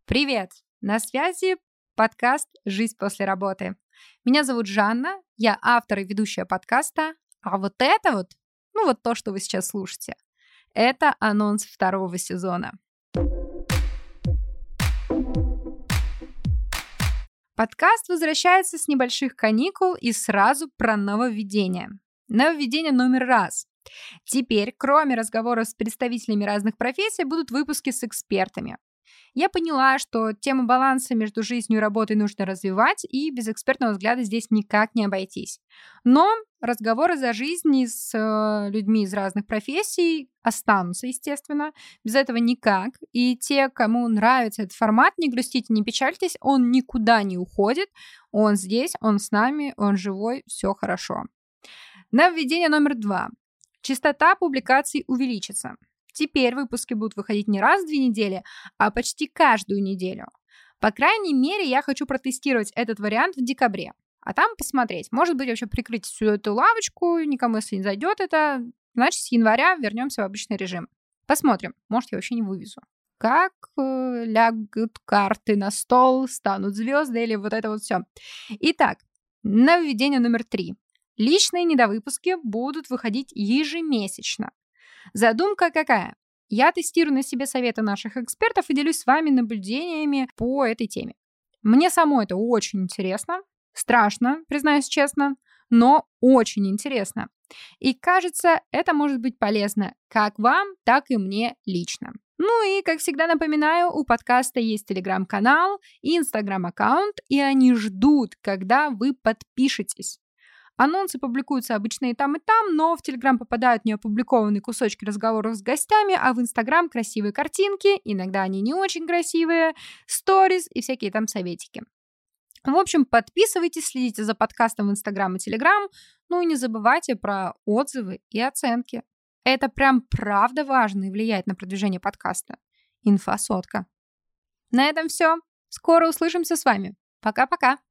Привет! На связи подкаст «Жизнь после работы». Меня зовут Жанна, я автор и ведущая подкаста, а вот это вот то, что вы сейчас слушаете, это анонс второго сезона. Подкаст возвращается с небольших каникул и сразу про нововведение. Нововведение номер раз. Теперь, кроме разговоров с представителями разных профессий, будут выпуски с экспертами. Я поняла, что тему баланса между жизнью и работой нужно развивать, и без экспертного взгляда здесь никак не обойтись. Но разговоры за жизнь с людьми из разных профессий останутся, естественно. Без этого никак. И те, кому нравится этот формат, не грустите, не печальтесь, он никуда не уходит. Он здесь, он с нами, он живой, все хорошо. Нововведение номер 2. Частота публикаций увеличится. Теперь выпуски будут выходить не раз в 2 недели, а почти каждую неделю. По крайней мере, я хочу протестировать этот вариант в декабре. А там посмотреть. Может быть, вообще прикрыть всю эту лавочку, никому если не зайдет это. Значит, с января вернемся в обычный режим. Посмотрим. Может, я вообще не вывезу. Как лягут карты на стол, станут звезды или вот это вот все. Итак, нововведение номер 3. Личные недовыпуски будут выходить ежемесячно. Задумка какая? Я тестирую на себе советы наших экспертов и делюсь с вами наблюдениями по этой теме. Мне самой это очень интересно, страшно, признаюсь честно, но очень интересно. И кажется, это может быть полезно как вам, так и мне лично. Ну и, как всегда напоминаю, у подкаста есть телеграм-канал и инстаграм-аккаунт, и они ждут, когда вы подпишетесь. Анонсы публикуются обычно и там, но в Телеграм попадают неопубликованные кусочки разговоров с гостями, а в Инстаграм красивые картинки, иногда они не очень красивые, сторис и всякие там советики. В общем, подписывайтесь, следите за подкастом в Инстаграм и Телеграм, ну и не забывайте про отзывы и оценки. Это прям правда важно и влияет на продвижение подкаста. Инфосотка. На этом все. Скоро услышимся с вами. Пока-пока.